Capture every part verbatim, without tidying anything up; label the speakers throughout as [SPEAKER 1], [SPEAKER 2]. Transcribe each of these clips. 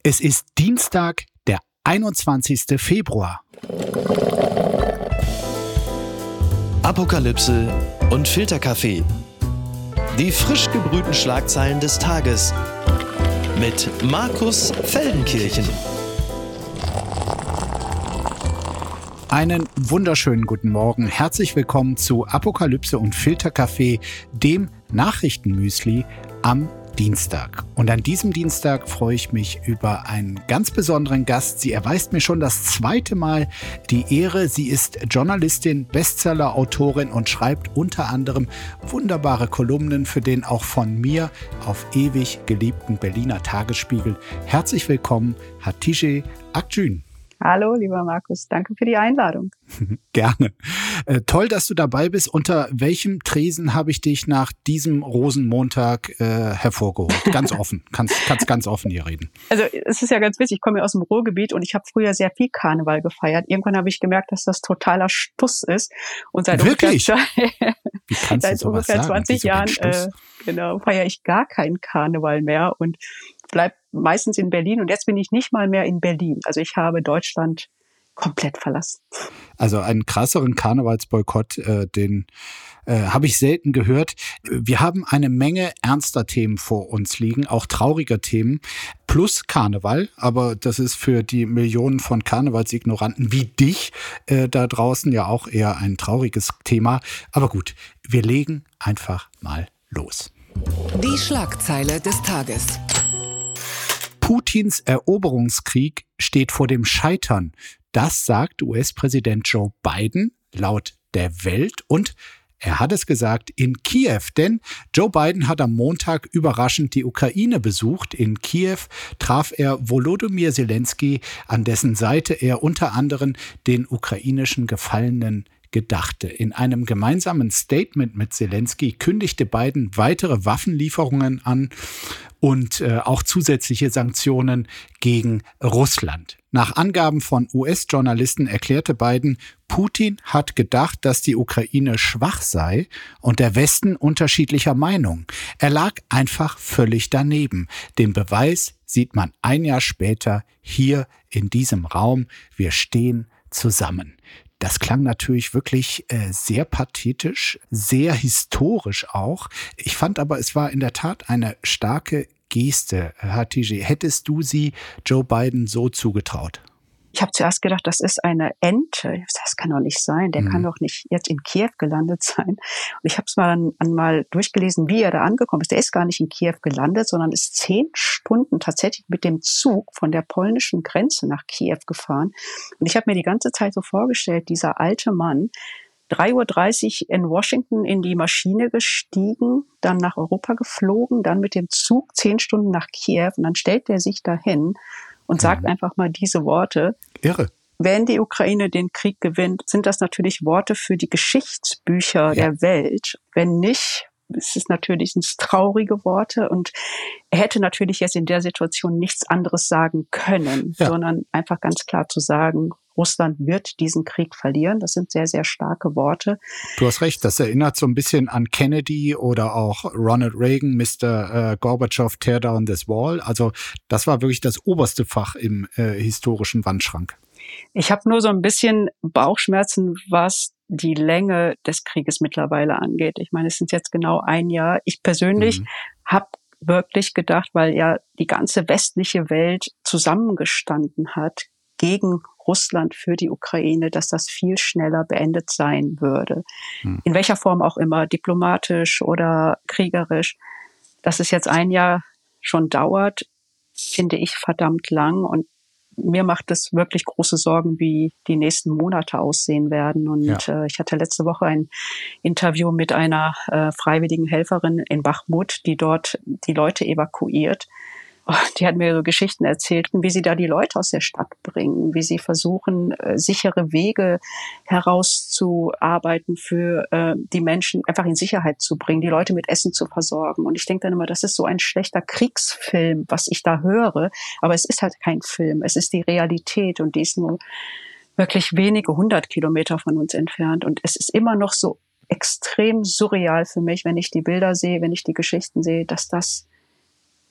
[SPEAKER 1] Es ist Dienstag, der einundzwanzigster Februar.
[SPEAKER 2] Apokalypse und Filterkaffee. Die frisch gebrühten Schlagzeilen des Tages mit Markus Feldenkirchen.
[SPEAKER 1] Einen wunderschönen guten Morgen. Herzlich willkommen zu Apokalypse und Filterkaffee, dem Nachrichtenmüsli am Dienstag. Und an diesem Dienstag freue ich mich über einen ganz besonderen Gast. Sie erweist mir schon das zweite Mal die Ehre. Sie ist Journalistin, Bestseller-Autorin und schreibt unter anderem wunderbare Kolumnen für den auch von mir auf ewig geliebten Berliner Tagesspiegel. Herzlich willkommen, Hatice Akgün.
[SPEAKER 3] Hallo, lieber Markus, danke für die Einladung.
[SPEAKER 1] Gerne. Äh, toll, dass du dabei bist. Unter welchem Tresen habe ich dich nach diesem Rosenmontag äh, hervorgeholt? Ganz offen, kannst, kannst ganz offen hier reden.
[SPEAKER 3] Also es ist ja ganz witzig, ich komme ja aus dem Ruhrgebiet und ich habe früher sehr viel Karneval gefeiert. Irgendwann habe ich gemerkt, dass das totaler Stuss ist. Und seit
[SPEAKER 1] Wirklich?
[SPEAKER 3] ungefähr,
[SPEAKER 1] Wie kannst
[SPEAKER 3] seit
[SPEAKER 1] du sowas
[SPEAKER 3] ungefähr
[SPEAKER 1] sagen?
[SPEAKER 3] zwanzig Jahren äh, genau, feiere ich gar keinen Karneval mehr und bleib meistens in Berlin. Und jetzt bin ich nicht mal mehr in Berlin. Also ich habe Deutschland komplett verlassen.
[SPEAKER 1] Also einen krasseren Karnevalsboykott, äh, den äh, habe ich selten gehört. Wir haben eine Menge ernster Themen vor uns liegen, auch trauriger Themen, plus Karneval. Aber das ist für die Millionen von Karnevalsignoranten wie dich äh, da draußen ja auch eher ein trauriges Thema. Aber gut, wir legen einfach mal los.
[SPEAKER 4] Die Schlagzeile des Tages.
[SPEAKER 1] Putins Eroberungskrieg steht vor dem Scheitern. Das sagt U S-Präsident Joe Biden laut der Welt und er hat es gesagt in Kiew, denn Joe Biden hat am Montag überraschend die Ukraine besucht. In Kiew traf er Volodymyr Zelensky, an dessen Seite er unter anderem den ukrainischen Gefallenen gedachte. In einem gemeinsamen Statement mit Zelensky kündigte Biden weitere Waffenlieferungen an und äh, auch zusätzliche Sanktionen gegen Russland. Nach Angaben von U S-Journalisten erklärte Biden, Putin hat gedacht, dass die Ukraine schwach sei und der Westen unterschiedlicher Meinung. Er lag einfach völlig daneben. Den Beweis sieht man ein Jahr später hier in diesem Raum. Wir stehen zusammen. Das klang natürlich wirklich äh, sehr pathetisch, sehr historisch auch. Ich fand aber, es war in der Tat eine starke Geste, Hatice. Hättest du sie Joe Biden so zugetraut?
[SPEAKER 3] Ich habe zuerst gedacht, das ist eine Ente. Das kann doch nicht sein. Der mhm. kann doch nicht jetzt in Kiew gelandet sein. Und ich habe es mal dann einmal durchgelesen, wie er da angekommen ist. Der ist gar nicht in Kiew gelandet, sondern ist zehn Stunden tatsächlich mit dem Zug von der polnischen Grenze nach Kiew gefahren. Und ich habe mir die ganze Zeit so vorgestellt, dieser alte Mann, drei Uhr dreißig in Washington in die Maschine gestiegen, dann nach Europa geflogen, dann mit dem Zug zehn Stunden nach Kiew und dann stellt er sich dahin und sagt einfach mal diese Worte.
[SPEAKER 1] Irre.
[SPEAKER 3] Wenn die Ukraine den Krieg gewinnt, sind das natürlich Worte für die Geschichtsbücher ja. der Welt. Wenn nicht, es ist natürlich sind traurige Worte und er hätte natürlich jetzt in der Situation nichts anderes sagen können, ja. sondern einfach ganz klar zu sagen, Russland wird diesen Krieg verlieren. Das sind sehr, sehr starke Worte.
[SPEAKER 1] Du hast recht, das erinnert so ein bisschen an Kennedy oder auch Ronald Reagan, Mister Äh, Gorbatschow, Tear down this wall. Also das war wirklich das oberste Fach im äh, historischen Wandschrank.
[SPEAKER 3] Ich habe nur so ein bisschen Bauchschmerzen, was die Länge des Krieges mittlerweile angeht. Ich meine, es sind jetzt genau ein Jahr. Ich persönlich mhm. habe wirklich gedacht, weil ja die ganze westliche Welt zusammengestanden hat gegen Russland für die Ukraine, dass das viel schneller beendet sein würde. Hm. In welcher Form auch immer, diplomatisch oder kriegerisch. Dass es jetzt ein Jahr schon dauert, finde ich verdammt lang und mir macht es wirklich große Sorgen, wie die nächsten Monate aussehen werden. Und ja. äh, ich hatte letzte Woche ein Interview mit einer äh, freiwilligen Helferin in Bachmut, die dort die Leute evakuiert. Die hat mir so Geschichten erzählt, wie sie da die Leute aus der Stadt bringen, wie sie versuchen, äh, sichere Wege herauszuarbeiten für äh, die Menschen, einfach in Sicherheit zu bringen, die Leute mit Essen zu versorgen. Und ich denke dann immer, das ist so ein schlechter Kriegsfilm, was ich da höre. Aber es ist halt kein Film, es ist die Realität und die ist nur wirklich wenige hundert Kilometer von uns entfernt. Und es ist immer noch so extrem surreal für mich, wenn ich die Bilder sehe, wenn ich die Geschichten sehe, dass das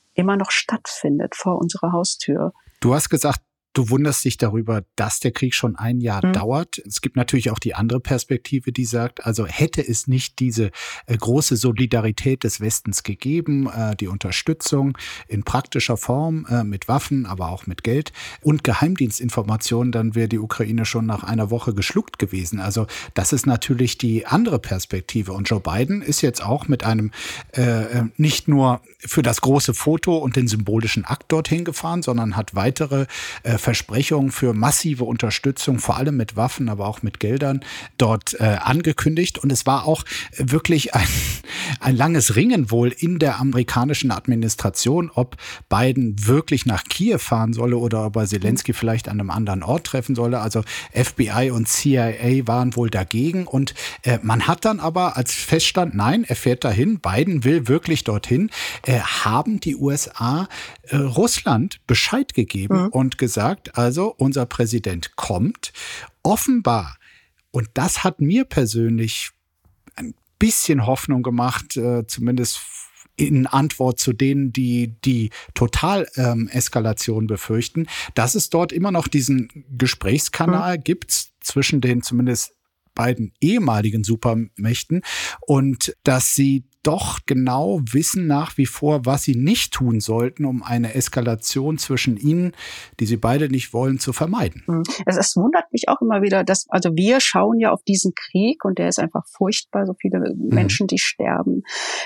[SPEAKER 3] immer noch stattfindet vor unserer Haustür.
[SPEAKER 1] Du hast gesagt, du wunderst dich darüber, dass der Krieg schon ein Jahr mhm. dauert. Es gibt natürlich auch die andere Perspektive, die sagt, also hätte es nicht diese äh, große Solidarität des Westens gegeben, äh, die Unterstützung in praktischer Form äh, mit Waffen, aber auch mit Geld und Geheimdienstinformationen, dann wäre die Ukraine schon nach einer Woche geschluckt gewesen. Also das ist natürlich die andere Perspektive. Und Joe Biden ist jetzt auch mit einem äh, nicht nur für das große Foto und den symbolischen Akt dorthin gefahren, sondern hat weitere äh, Versprechungen für massive Unterstützung, vor allem mit Waffen, aber auch mit Geldern, dort äh, angekündigt. Und es war auch wirklich ein, ein langes Ringen wohl in der amerikanischen Administration, ob Biden wirklich nach Kiew fahren solle oder ob er Zelensky vielleicht an einem anderen Ort treffen solle. Also F B I und C I A waren wohl dagegen. Und äh, man hat dann aber, als feststand, nein, er fährt dahin, Biden will wirklich dorthin, äh, haben die U S A äh, Russland Bescheid gegeben mhm. und gesagt, also unser Präsident kommt. Offenbar, und das hat mir persönlich ein bisschen Hoffnung gemacht, äh, zumindest in Antwort zu denen, die die Total-Eskalation ähm, befürchten, dass es dort immer noch diesen Gesprächskanal mhm. gibt zwischen den zumindest beiden ehemaligen Supermächten und dass sie doch genau wissen nach wie vor, was sie nicht tun sollten, um eine Eskalation zwischen ihnen, die sie beide nicht wollen, zu vermeiden.
[SPEAKER 3] Es, es wundert mich auch immer wieder, dass, also wir schauen ja auf diesen Krieg und der ist einfach furchtbar, so viele Menschen, die sterben,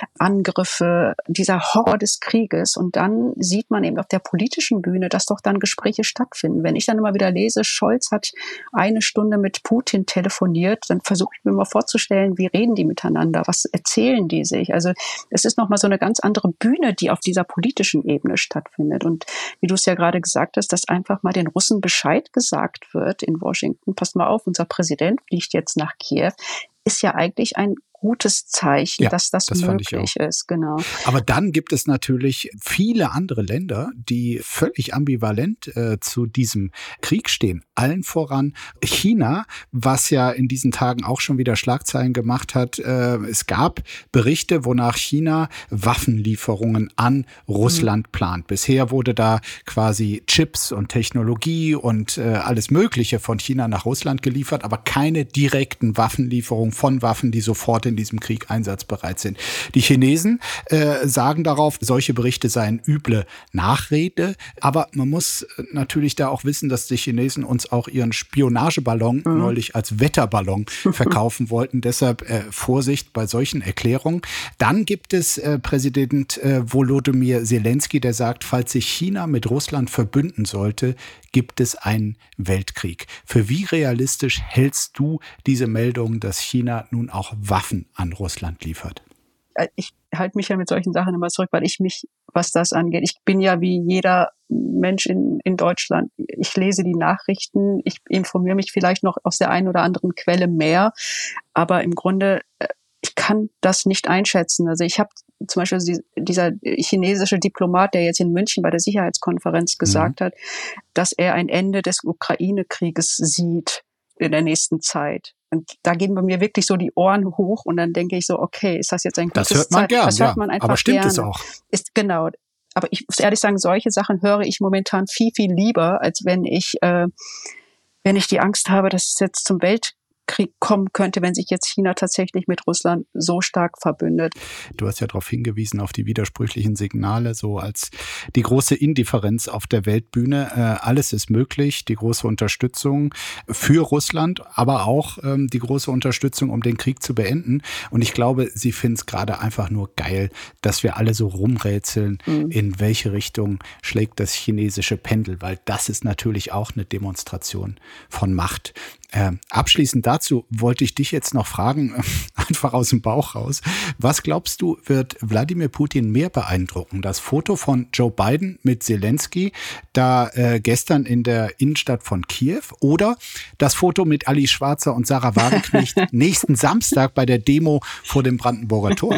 [SPEAKER 3] Angriffe, dieser Horror des Krieges und dann sieht man eben auf der politischen Bühne, dass doch dann Gespräche stattfinden. Wenn ich dann immer wieder lese, Scholz hat eine Stunde mit Putin telefoniert, dann versuche ich mir mal vorzustellen, wie reden die miteinander, was erzählen die sich? Also es ist nochmal so eine ganz andere Bühne, die auf dieser politischen Ebene stattfindet. Und wie du es ja gerade gesagt hast, dass einfach mal den Russen Bescheid gesagt wird in Washington, passt mal auf, unser Präsident fliegt jetzt nach Kiew, ist ja eigentlich ein gutes Zeichen, ja, dass das, das möglich ist. Genau.
[SPEAKER 1] Aber dann gibt es natürlich viele andere Länder, die völlig ambivalent äh, zu diesem Krieg stehen. Allen voran China, was ja in diesen Tagen auch schon wieder Schlagzeilen gemacht hat. Äh, es gab Berichte, wonach China Waffenlieferungen an Russland mhm. plant. Bisher wurde da quasi Chips und Technologie und äh, alles Mögliche von China nach Russland geliefert, aber keine direkten Waffenlieferungen von Waffen, die sofort in diesem Krieg einsatzbereit sind. Die Chinesen äh, sagen darauf, solche Berichte seien üble Nachrede, aber man muss natürlich da auch wissen, dass die Chinesen uns auch ihren Spionageballon mhm. neulich als Wetterballon verkaufen wollten. Deshalb äh, Vorsicht bei solchen Erklärungen. Dann gibt es äh, Präsident äh, Volodymyr Zelensky, der sagt, falls sich China mit Russland verbünden sollte, gibt es einen Weltkrieg. Für wie realistisch hältst du diese Meldung, dass China nun auch Waffen an Russland liefert?
[SPEAKER 3] Ich halte mich ja mit solchen Sachen immer zurück, weil ich mich, was das angeht, ich bin ja wie jeder Mensch in, in Deutschland. Ich lese die Nachrichten, ich informiere mich vielleicht noch aus der einen oder anderen Quelle mehr, aber im Grunde, ich kann das nicht einschätzen. Also ich habe zum Beispiel dieser chinesische Diplomat, der jetzt in München bei der Sicherheitskonferenz gesagt mhm. hat, dass er ein Ende des Ukraine-Krieges sieht in der nächsten Zeit. Und da gehen bei mir wirklich so die Ohren hoch und dann denke ich so, okay, ist das jetzt ein gutes
[SPEAKER 1] Zeichen? Das hört man gern,
[SPEAKER 3] das hört man
[SPEAKER 1] ja,
[SPEAKER 3] einfach
[SPEAKER 1] aber stimmt
[SPEAKER 3] gerne.
[SPEAKER 1] es auch?
[SPEAKER 3] Ist, genau. Aber ich muss ehrlich sagen, solche Sachen höre ich momentan viel, viel lieber, als wenn ich, äh, wenn ich die Angst habe, dass es jetzt zum Weltkrieg kommen könnte, wenn sich jetzt China tatsächlich mit Russland so stark verbündet.
[SPEAKER 1] Du hast ja darauf hingewiesen, auf die widersprüchlichen Signale, so als die große Indifferenz auf der Weltbühne. Äh, alles ist möglich, die große Unterstützung für Russland, aber auch ähm, die große Unterstützung, um den Krieg zu beenden. Und ich glaube, sie finden es gerade einfach nur geil, dass wir alle so rumrätseln, mhm. in welche Richtung schlägt das chinesische Pendel, weil das ist natürlich auch eine Demonstration von Macht. Äh, abschließend dazu wollte ich dich jetzt noch fragen, einfach aus dem Bauch raus. Was glaubst du, wird Wladimir Putin mehr beeindrucken? Das Foto von Joe Biden mit Zelensky da äh, gestern in der Innenstadt von Kiew oder das Foto mit Ali Schwarzer und Sarah Wagenknecht nächsten Samstag bei der Demo vor dem Brandenburger Tor?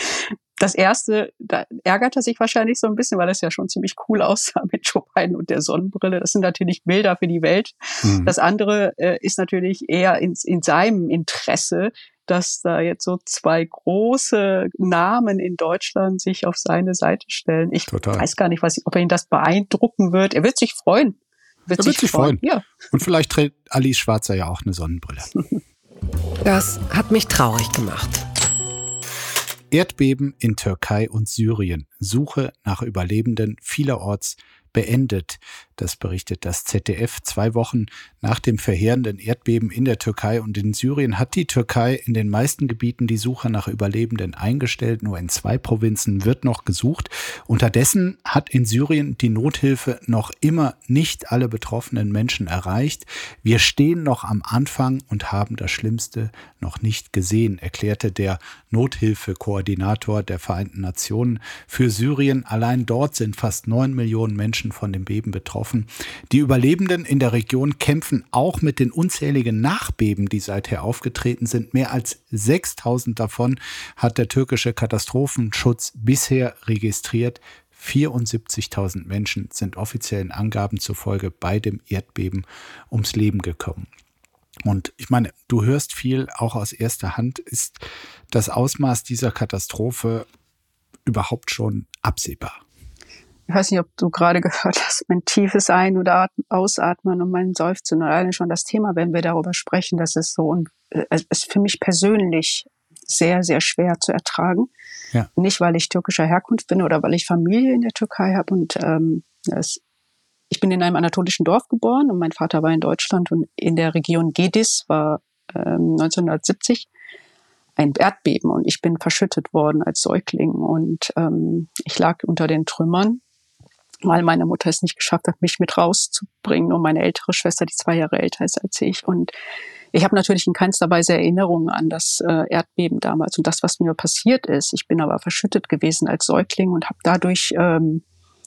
[SPEAKER 3] Das erste, da ärgert er sich wahrscheinlich so ein bisschen, weil es ja schon ziemlich cool aussah mit Joe Biden und der Sonnenbrille. Das sind natürlich Bilder für die Welt. Mhm. Das andere äh, ist natürlich eher in, in seinem Interesse, dass da jetzt so zwei große Namen in Deutschland sich auf seine Seite stellen. Ich Total. weiß gar nicht, was, ob er ihn das beeindrucken wird. Er wird sich freuen.
[SPEAKER 1] Wird er sich wird sich freuen. freuen. Ja. Und vielleicht trägt Alice Schwarzer ja auch eine Sonnenbrille.
[SPEAKER 4] Das hat mich traurig gemacht.
[SPEAKER 1] Erdbeben in Türkei und Syrien. Suche nach Überlebenden vielerorts beendet. Das berichtet das Z D F. Zwei Wochen nach dem verheerenden Erdbeben in der Türkei und in Syrien hat die Türkei in den meisten Gebieten die Suche nach Überlebenden eingestellt. Nur in zwei Provinzen wird noch gesucht. Unterdessen hat in Syrien die Nothilfe noch immer nicht alle betroffenen Menschen erreicht. Wir stehen noch am Anfang und haben das Schlimmste noch nicht gesehen, erklärte der Nothilfekoordinator der Vereinten Nationen für Syrien. Allein dort sind fast neun Millionen Menschen von dem Beben betroffen. Die Überlebenden in der Region kämpfen auch mit den unzähligen Nachbeben, die seither aufgetreten sind. Mehr als sechstausend davon hat der türkische Katastrophenschutz bisher registriert. vierundsiebzigtausend Menschen sind offiziellen Angaben zufolge bei dem Erdbeben ums Leben gekommen. Und ich meine, du hörst viel auch aus erster Hand. Ist das Ausmaß dieser Katastrophe überhaupt schon absehbar?
[SPEAKER 3] Ich weiß nicht, ob du gerade gehört hast, mein tiefes Ein- oder Ausatmen und mein Seufzen. Und alleine schon das Thema, wenn wir darüber sprechen, das ist so, und es ist für mich persönlich sehr, sehr schwer zu ertragen. Ja. Nicht, weil ich türkischer Herkunft bin oder weil ich Familie in der Türkei habe. Und ähm, es, ich bin in einem anatolischen Dorf geboren und mein Vater war in Deutschland und in der Region Gedis war ähm, neunzehnhundertsiebzig ein Erdbeben und ich bin verschüttet worden als Säugling und ähm, ich lag unter den Trümmern, weil meine Mutter es nicht geschafft hat, mich mit rauszubringen und meine ältere Schwester, die zwei Jahre älter ist als ich. Und ich habe natürlich in keinster Weise Erinnerungen an das äh, Erdbeben damals und das, was mir passiert ist. Ich bin aber verschüttet gewesen als Säugling und habe dadurch ähm,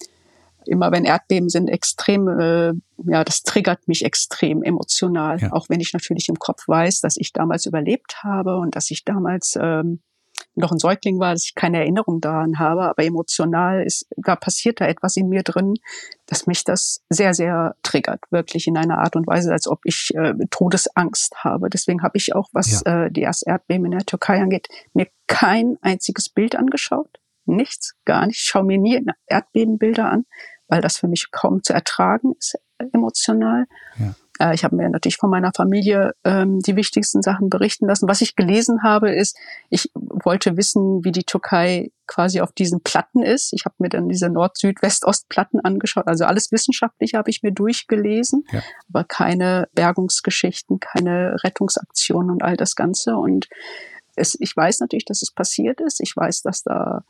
[SPEAKER 3] immer, wenn Erdbeben sind, extrem, äh, ja, das triggert mich extrem emotional. Ja. Auch wenn ich natürlich im Kopf weiß, dass ich damals überlebt habe und dass ich damals ähm, noch ein Säugling war, dass ich keine Erinnerung daran habe, aber emotional ist, da passiert da etwas in mir drin, dass mich das sehr, sehr triggert, wirklich in einer Art und Weise, als ob ich äh, Todesangst habe. Deswegen habe ich auch, was ja. äh, die erste Erdbeben in der Türkei angeht, mir kein einziges Bild angeschaut. Nichts, gar nicht. Ich schaue mir nie Erdbebenbilder an, weil das für mich kaum zu ertragen ist, emotional. Ja. Äh, ich habe mir natürlich von meiner Familie ähm, die wichtigsten Sachen berichten lassen. Was ich gelesen habe, ist, ich wollte wissen, wie die Türkei quasi auf diesen Platten ist. Ich habe mir dann diese Nord-Süd-West-Ost-Platten angeschaut. Also alles Wissenschaftliche habe ich mir durchgelesen, ja. aber keine Bergungsgeschichten, keine Rettungsaktionen und all das Ganze. Und es, ich weiß natürlich, dass es passiert ist. Ich weiß, dass da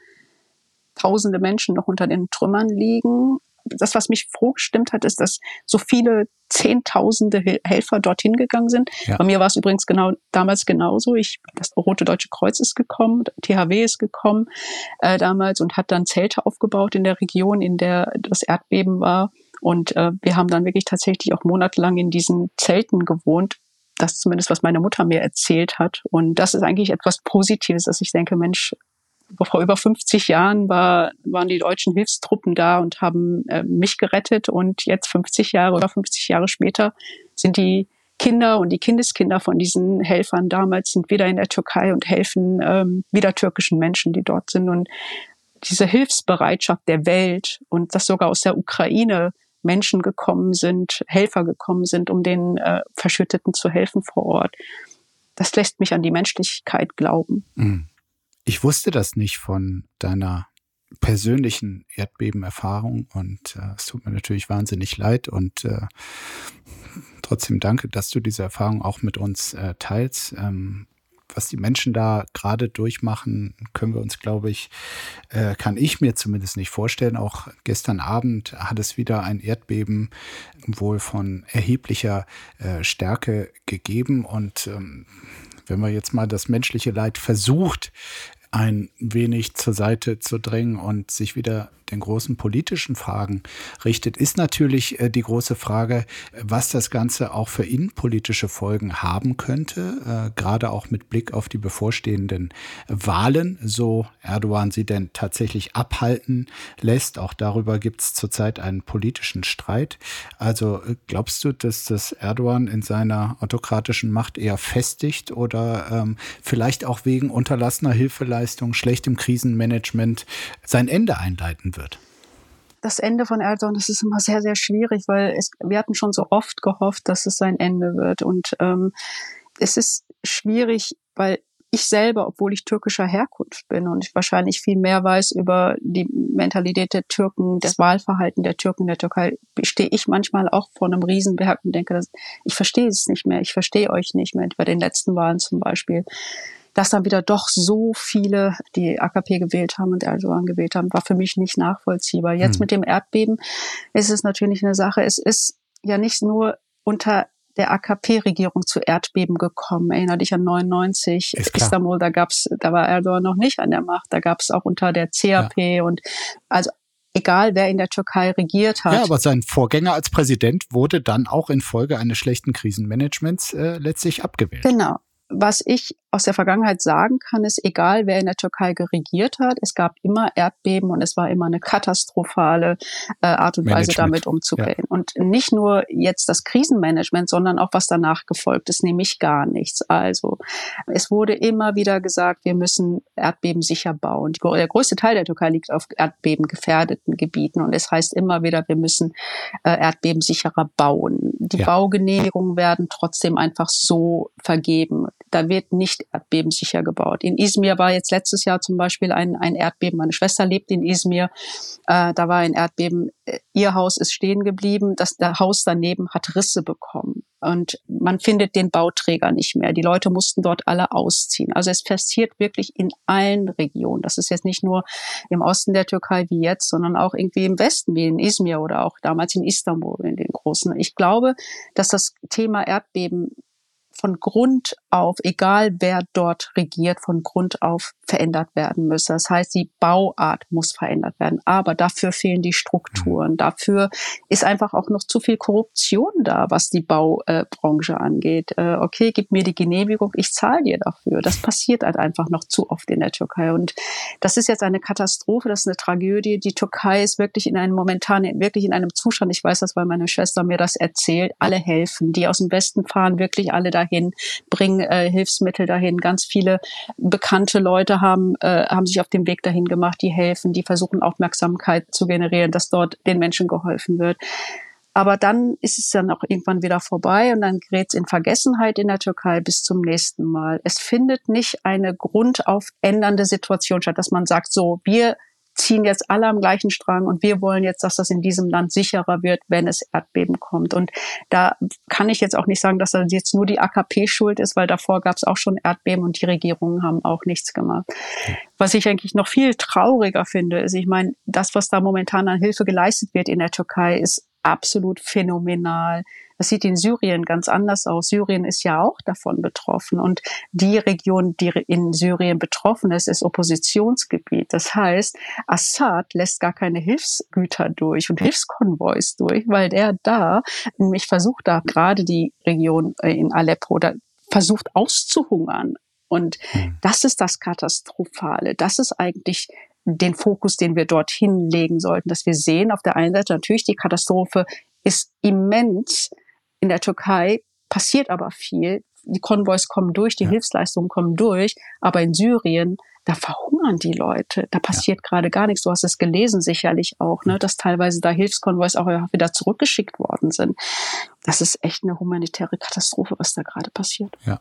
[SPEAKER 3] tausende Menschen noch unter den Trümmern liegen. Das, was mich froh gestimmt hat, ist, dass so viele Zehntausende Helfer dorthin gegangen sind. Ja. Bei mir war es übrigens genau damals genauso. Ich, das Rote Deutsche Kreuz ist gekommen, T H W ist gekommen äh, damals und hat dann Zelte aufgebaut in der Region, in der das Erdbeben war. Und äh, wir haben dann wirklich tatsächlich auch monatelang in diesen Zelten gewohnt. Das zumindest, was meine Mutter mir erzählt hat. Und das ist eigentlich etwas Positives, dass ich denke, Mensch, vor über fünfzig Jahren war, waren die deutschen Hilfstruppen da und haben äh, mich gerettet. Und jetzt fünfzig Jahre oder fünfzig Jahre später sind die Kinder und die Kindeskinder von diesen Helfern damals sind wieder in der Türkei und helfen ähm, wieder türkischen Menschen, die dort sind. Und diese Hilfsbereitschaft der Welt und dass sogar aus der Ukraine Menschen gekommen sind, Helfer gekommen sind, um den äh, Verschütteten zu helfen vor Ort, das lässt mich an die Menschlichkeit glauben.
[SPEAKER 1] Mhm. Ich wusste das nicht von deiner persönlichen Erdbebenerfahrung und äh, es tut mir natürlich wahnsinnig leid und äh, trotzdem danke, dass du diese Erfahrung auch mit uns äh, teilst. Ähm, was die Menschen da gerade durchmachen, können wir uns, glaube ich, äh, kann ich mir zumindest nicht vorstellen. Auch gestern Abend hat es wieder ein Erdbeben wohl von erheblicher äh, Stärke gegeben und ähm, wenn man jetzt mal das menschliche Leid versucht, ein wenig zur Seite zu drängen und sich wieder mit den großen politischen Fragen richtet, ist natürlich äh, die große Frage, was das Ganze auch für innenpolitische Folgen haben könnte, äh, gerade auch mit Blick auf die bevorstehenden Wahlen, so Erdogan sie denn tatsächlich abhalten lässt. Auch darüber gibt es zurzeit einen politischen Streit. Also äh, glaubst du, dass das Erdogan in seiner autokratischen Macht eher festigt oder ähm, vielleicht auch wegen unterlassener Hilfeleistung, schlechtem Krisenmanagement sein Ende einleiten wird?
[SPEAKER 3] Das Ende von Erdogan, das ist immer sehr, sehr schwierig, weil es, wir hatten schon so oft gehofft, dass es sein Ende wird. Und ähm, es ist schwierig, weil ich selber, obwohl ich türkischer Herkunft bin und ich wahrscheinlich viel mehr weiß über die Mentalität der Türken, das Wahlverhalten der Türken in der Türkei, stehe ich manchmal auch vor einem Riesenberg und denke, dass, ich verstehe es nicht mehr, ich verstehe euch nicht mehr, bei den letzten Wahlen zum Beispiel. Dass dann wieder doch so viele die A K P gewählt haben und Erdogan gewählt haben, war für mich nicht nachvollziehbar. Jetzt hm. mit dem Erdbeben ist es natürlich eine Sache, es ist ja nicht nur unter der A K P-Regierung zu Erdbeben gekommen. Erinnere dich an neunundneunzig, Istanbul, da gab's, da war Erdogan noch nicht an der Macht, da gab es auch unter der C H P ja. und also egal, wer in der Türkei regiert hat.
[SPEAKER 1] Ja, aber sein Vorgänger als Präsident wurde dann auch infolge eines schlechten Krisenmanagements äh, letztlich abgewählt.
[SPEAKER 3] Genau. Was ich aus der Vergangenheit sagen kann, ist, egal wer in der Türkei regiert hat, es gab immer Erdbeben und es war immer eine katastrophale äh, Art und Management. Weise, damit umzugehen. Ja. Und nicht nur jetzt das Krisenmanagement, sondern auch was danach gefolgt ist, nämlich gar nichts. Also es wurde immer wieder gesagt, wir müssen Erdbeben sicher bauen. Der größte Teil der Türkei liegt auf Erdbeben gefährdeten Gebieten und es heißt immer wieder, wir müssen äh, Erdbeben sicherer bauen. Die ja. Baugenehmigungen werden trotzdem einfach so vergeben. Da wird nicht erdbebensicher gebaut. In Izmir war jetzt letztes Jahr zum Beispiel ein, ein Erdbeben. Meine Schwester lebt in Izmir. Äh, da war ein Erdbeben. Ihr Haus ist stehen geblieben. Das, das Haus daneben hat Risse bekommen. Und man findet den Bauträger nicht mehr. Die Leute mussten dort alle ausziehen. Also es passiert wirklich in allen Regionen. Das ist jetzt nicht nur im Osten der Türkei wie jetzt, sondern auch irgendwie im Westen wie in Izmir oder auch damals in Istanbul in den großen. Ich glaube, dass das Thema Erdbeben von Grund auf, egal wer dort regiert, von Grund auf verändert werden müsse. Das heißt, die Bauart muss verändert werden. Aber dafür fehlen die Strukturen. Dafür ist einfach auch noch zu viel Korruption da, was die Baubranche äh, angeht. Äh, okay, gib mir die Genehmigung, ich zahle dir dafür. Das passiert halt einfach noch zu oft in der Türkei. Und das ist jetzt eine Katastrophe, das ist eine Tragödie. Die Türkei ist wirklich in einem momentan, wirklich in einem Zustand, ich weiß das, weil meine Schwester mir das erzählt, alle helfen. Die aus dem Westen fahren wirklich alle dahin, bringen äh, Hilfsmittel dahin. Ganz viele bekannte Leute haben äh, haben sich auf den Weg dahin gemacht, die helfen, die versuchen Aufmerksamkeit zu generieren, dass dort den Menschen geholfen wird. Aber dann ist es dann auch irgendwann wieder vorbei und dann gerät es in Vergessenheit in der Türkei bis zum nächsten Mal. Es findet nicht eine grundauf ändernde Situation statt, dass man sagt, so, wir ziehen jetzt alle am gleichen Strang und wir wollen jetzt, dass das in diesem Land sicherer wird, wenn es Erdbeben kommt. Und da kann ich jetzt auch nicht sagen, dass das jetzt nur die A K P schuld ist, weil davor gab es auch schon Erdbeben und die Regierungen haben auch nichts gemacht. Was ich eigentlich noch viel trauriger finde, ist, ich meine, das, was da momentan an Hilfe geleistet wird in der Türkei, ist absolut phänomenal. Das sieht in Syrien ganz anders aus. Syrien ist ja auch davon betroffen. Und die Region, die in Syrien betroffen ist, ist Oppositionsgebiet. Das heißt, Assad lässt gar keine Hilfsgüter durch und Hilfskonvois durch, weil der da nämlich versucht, da gerade die Region in Aleppo da versucht auszuhungern. Und das ist das Katastrophale. Das ist eigentlich den Fokus, den wir dorthin legen sollten, dass wir sehen, auf der einen Seite natürlich, die Katastrophe ist immens in der Türkei, passiert aber viel. Die Konvois kommen durch, die ja. Hilfsleistungen kommen durch, aber in Syrien, da verhungern die Leute, da passiert ja. gerade gar nichts. Du hast es gelesen sicherlich auch, ne, dass teilweise da Hilfskonvois auch wieder zurückgeschickt worden sind. Das ist echt eine humanitäre Katastrophe, was da gerade passiert.
[SPEAKER 1] Ja.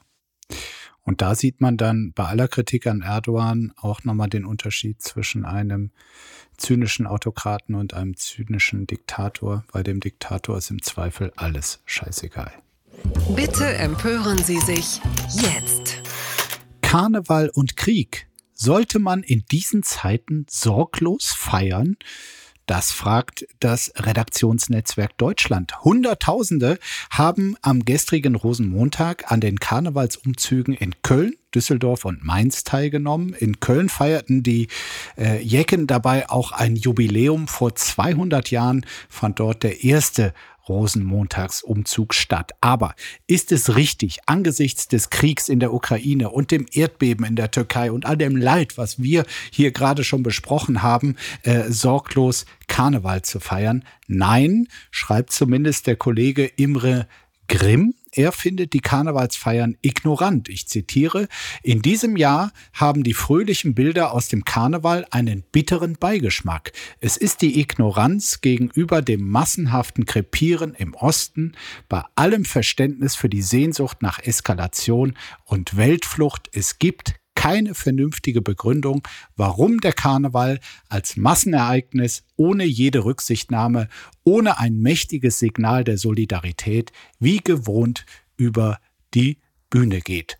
[SPEAKER 1] Und da sieht man dann bei aller Kritik an Erdogan auch nochmal den Unterschied zwischen einem zynischen Autokraten und einem zynischen Diktator. Bei dem Diktator ist im Zweifel alles scheißegal.
[SPEAKER 4] Bitte empören Sie sich jetzt.
[SPEAKER 1] Karneval und Krieg. Sollte man in diesen Zeiten sorglos feiern? Das fragt das Redaktionsnetzwerk Deutschland. Hunderttausende haben am gestrigen Rosenmontag an den Karnevalsumzügen in Köln, Düsseldorf und Mainz teilgenommen. In Köln feierten die äh, Jecken dabei auch ein Jubiläum. Vor zweihundert Jahren fand dort der erste Rosenmontagsumzug statt. Aber ist es richtig, angesichts des Kriegs in der Ukraine und dem Erdbeben in der Türkei und all dem Leid, was wir hier gerade schon besprochen haben, äh, sorglos Karneval zu feiern? Nein, schreibt zumindest der Kollege Imre Grimm. Er findet die Karnevalsfeiern ignorant. Ich zitiere: In diesem Jahr haben die fröhlichen Bilder aus dem Karneval einen bitteren Beigeschmack. Es ist die Ignoranz gegenüber dem massenhaften Krepieren im Osten, bei allem Verständnis für die Sehnsucht nach Eskalation und Weltflucht. Es gibt keine vernünftige Begründung, warum der Karneval als Massenereignis ohne jede Rücksichtnahme, ohne ein mächtiges Signal der Solidarität wie gewohnt über die Bühne geht.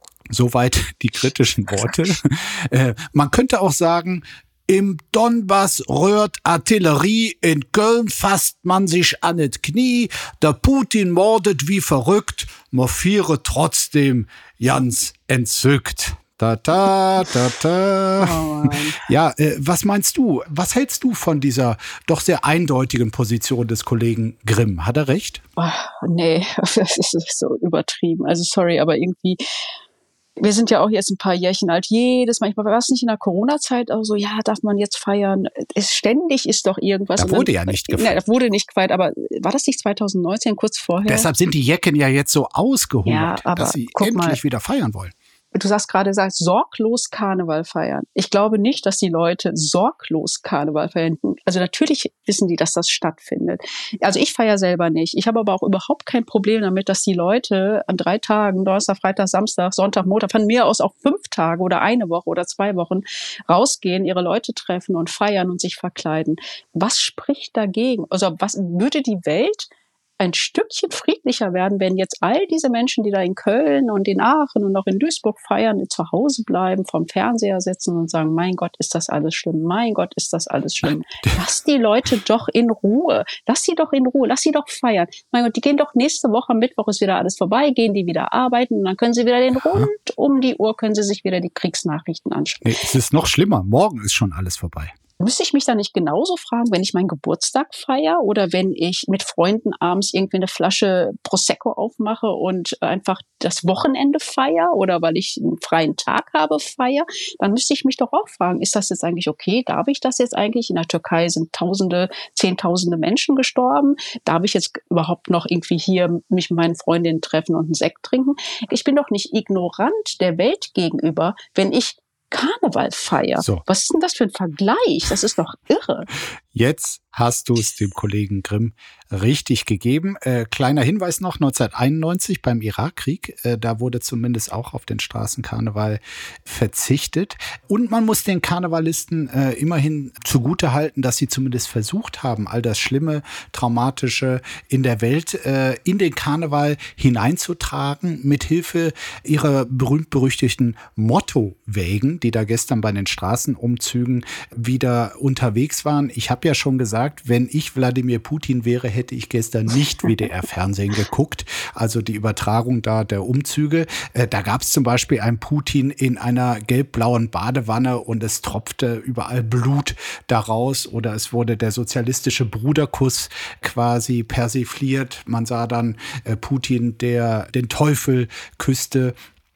[SPEAKER 1] Soweit die kritischen Worte. äh, man könnte auch sagen, im Donbass rührt Artillerie, in Köln fasst man sich an das Knie, der Putin mordet wie verrückt, morphiere trotzdem ganz entzückt. Da, da, da, da.
[SPEAKER 3] Oh
[SPEAKER 1] ja, äh, was meinst du? Was hältst du von dieser doch sehr eindeutigen Position des Kollegen Grimm? Hat er recht?
[SPEAKER 3] Oh, nee, das ist so übertrieben. Also sorry, aber irgendwie, wir sind ja auch jetzt ein paar Jährchen alt. Jedes Mal, ich war es nicht in der Corona-Zeit auch so, ja, darf man jetzt feiern? Es, ständig ist doch irgendwas.
[SPEAKER 1] Da wurde dann, ja nicht gefeiert.
[SPEAKER 3] Nein, da wurde nicht gefeiert, aber war das nicht zwanzig neunzehn, kurz vorher?
[SPEAKER 1] Deshalb sind die Jecken ja jetzt so ausgehungert,
[SPEAKER 3] ja, aber
[SPEAKER 1] dass sie
[SPEAKER 3] guck
[SPEAKER 1] endlich
[SPEAKER 3] mal,
[SPEAKER 1] wieder feiern wollen.
[SPEAKER 3] Du sagst gerade, sagst sorglos Karneval feiern. Ich glaube nicht, dass die Leute sorglos Karneval feiern. Also natürlich wissen die, dass das stattfindet. Also ich feiere selber nicht. Ich habe aber auch überhaupt kein Problem damit, dass die Leute an drei Tagen, Donnerstag, Freitag, Samstag, Sonntag, Montag, von mir aus auch fünf Tage oder eine Woche oder zwei Wochen rausgehen, ihre Leute treffen und feiern und sich verkleiden. Was spricht dagegen? Also was würde die Welt ein Stückchen friedlicher werden, wenn jetzt all diese Menschen, die da in Köln und in Aachen und auch in Duisburg feiern, zu Hause bleiben, vorm Fernseher sitzen und sagen, mein Gott, ist das alles schlimm, mein Gott, ist das alles schlimm. Lass die Leute doch in Ruhe, lass sie doch in Ruhe, lass sie doch feiern. Mein Gott, die gehen doch nächste Woche, am Mittwoch ist wieder alles vorbei, gehen die wieder arbeiten und dann können sie wieder den rund um die Uhr, können sie sich wieder die Kriegsnachrichten anschauen.
[SPEAKER 1] Nee, es ist noch schlimmer, morgen ist schon alles vorbei.
[SPEAKER 3] Müsste ich mich da nicht genauso fragen, wenn ich meinen Geburtstag feiere oder wenn ich mit Freunden abends irgendwie eine Flasche Prosecco aufmache und einfach das Wochenende feiere oder weil ich einen freien Tag habe feiere, dann müsste ich mich doch auch fragen, ist das jetzt eigentlich okay? Darf ich das jetzt eigentlich? In der Türkei sind Tausende, Zehntausende Menschen gestorben. Darf ich jetzt überhaupt noch irgendwie hier mich mit meinen Freundinnen treffen und einen Sekt trinken? Ich bin doch nicht ignorant der Welt gegenüber, wenn ich Karneval feier. So. Was ist denn das für ein Vergleich? Das ist doch irre.
[SPEAKER 1] Jetzt hast du es dem Kollegen Grimm richtig gegeben. Äh, kleiner Hinweis noch, neunzehnhunderteinundneunzig beim Irakkrieg, äh, da wurde zumindest auch auf den Straßenkarneval verzichtet. Und man muss den Karnevalisten äh, immerhin zugutehalten, dass sie zumindest versucht haben, all das Schlimme, Traumatische in der Welt äh, in den Karneval hineinzutragen, mithilfe ihrer berühmt-berüchtigten Mottowägen, die da gestern bei den Straßenumzügen wieder unterwegs waren. Ich habe ja schon gesagt, wenn ich Wladimir Putin wäre, hätte ich gestern nicht W D R-Fernsehen geguckt. Also die Übertragung da der Umzüge. Äh, da gab es zum Beispiel einen Putin in einer gelb-blauen Badewanne und es tropfte überall Blut daraus. Oder es wurde der sozialistische Bruderkuss quasi persifliert. Man sah dann äh, Putin, der den Teufel küsste.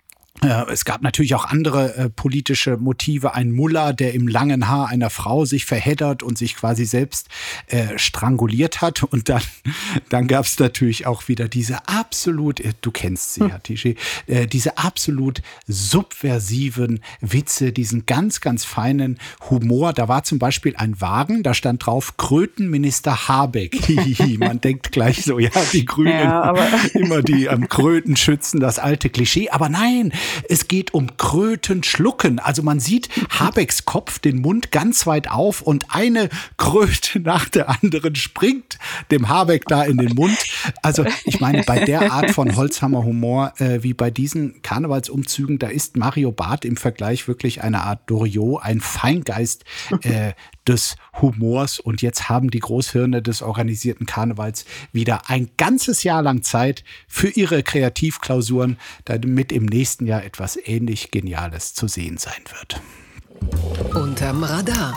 [SPEAKER 1] Es gab natürlich auch andere äh, politische Motive. Ein Mullah, der im langen Haar einer Frau sich verheddert und sich quasi selbst äh, stranguliert hat. Und dann, dann gab es natürlich auch wieder diese absolut, äh, du kennst sie, Hatice, äh, diese absolut subversiven Witze, diesen ganz, ganz feinen Humor. Da war zum Beispiel ein Wagen, da stand drauf Krötenminister Habeck. Man denkt gleich so, ja, die Grünen, ja, aber immer die am Kröten schützen, das alte Klischee. Aber nein, es geht um Krötenschlucken. Also man sieht Habecks Kopf, den Mund ganz weit auf und eine Kröte nach der anderen springt dem Habeck da in den Mund. Also ich meine, bei der Art von Holzhammer-Humor äh, wie bei diesen Karnevalsumzügen, da ist Mario Barth im Vergleich wirklich eine Art Doriot, ein Feingeist äh, des Humors. Und jetzt haben die Großhirne des organisierten Karnevals wieder ein ganzes Jahr lang Zeit für ihre Kreativklausuren, damit im nächsten Jahr etwas ähnlich Geniales zu sehen sein wird.
[SPEAKER 4] Unterm Radar.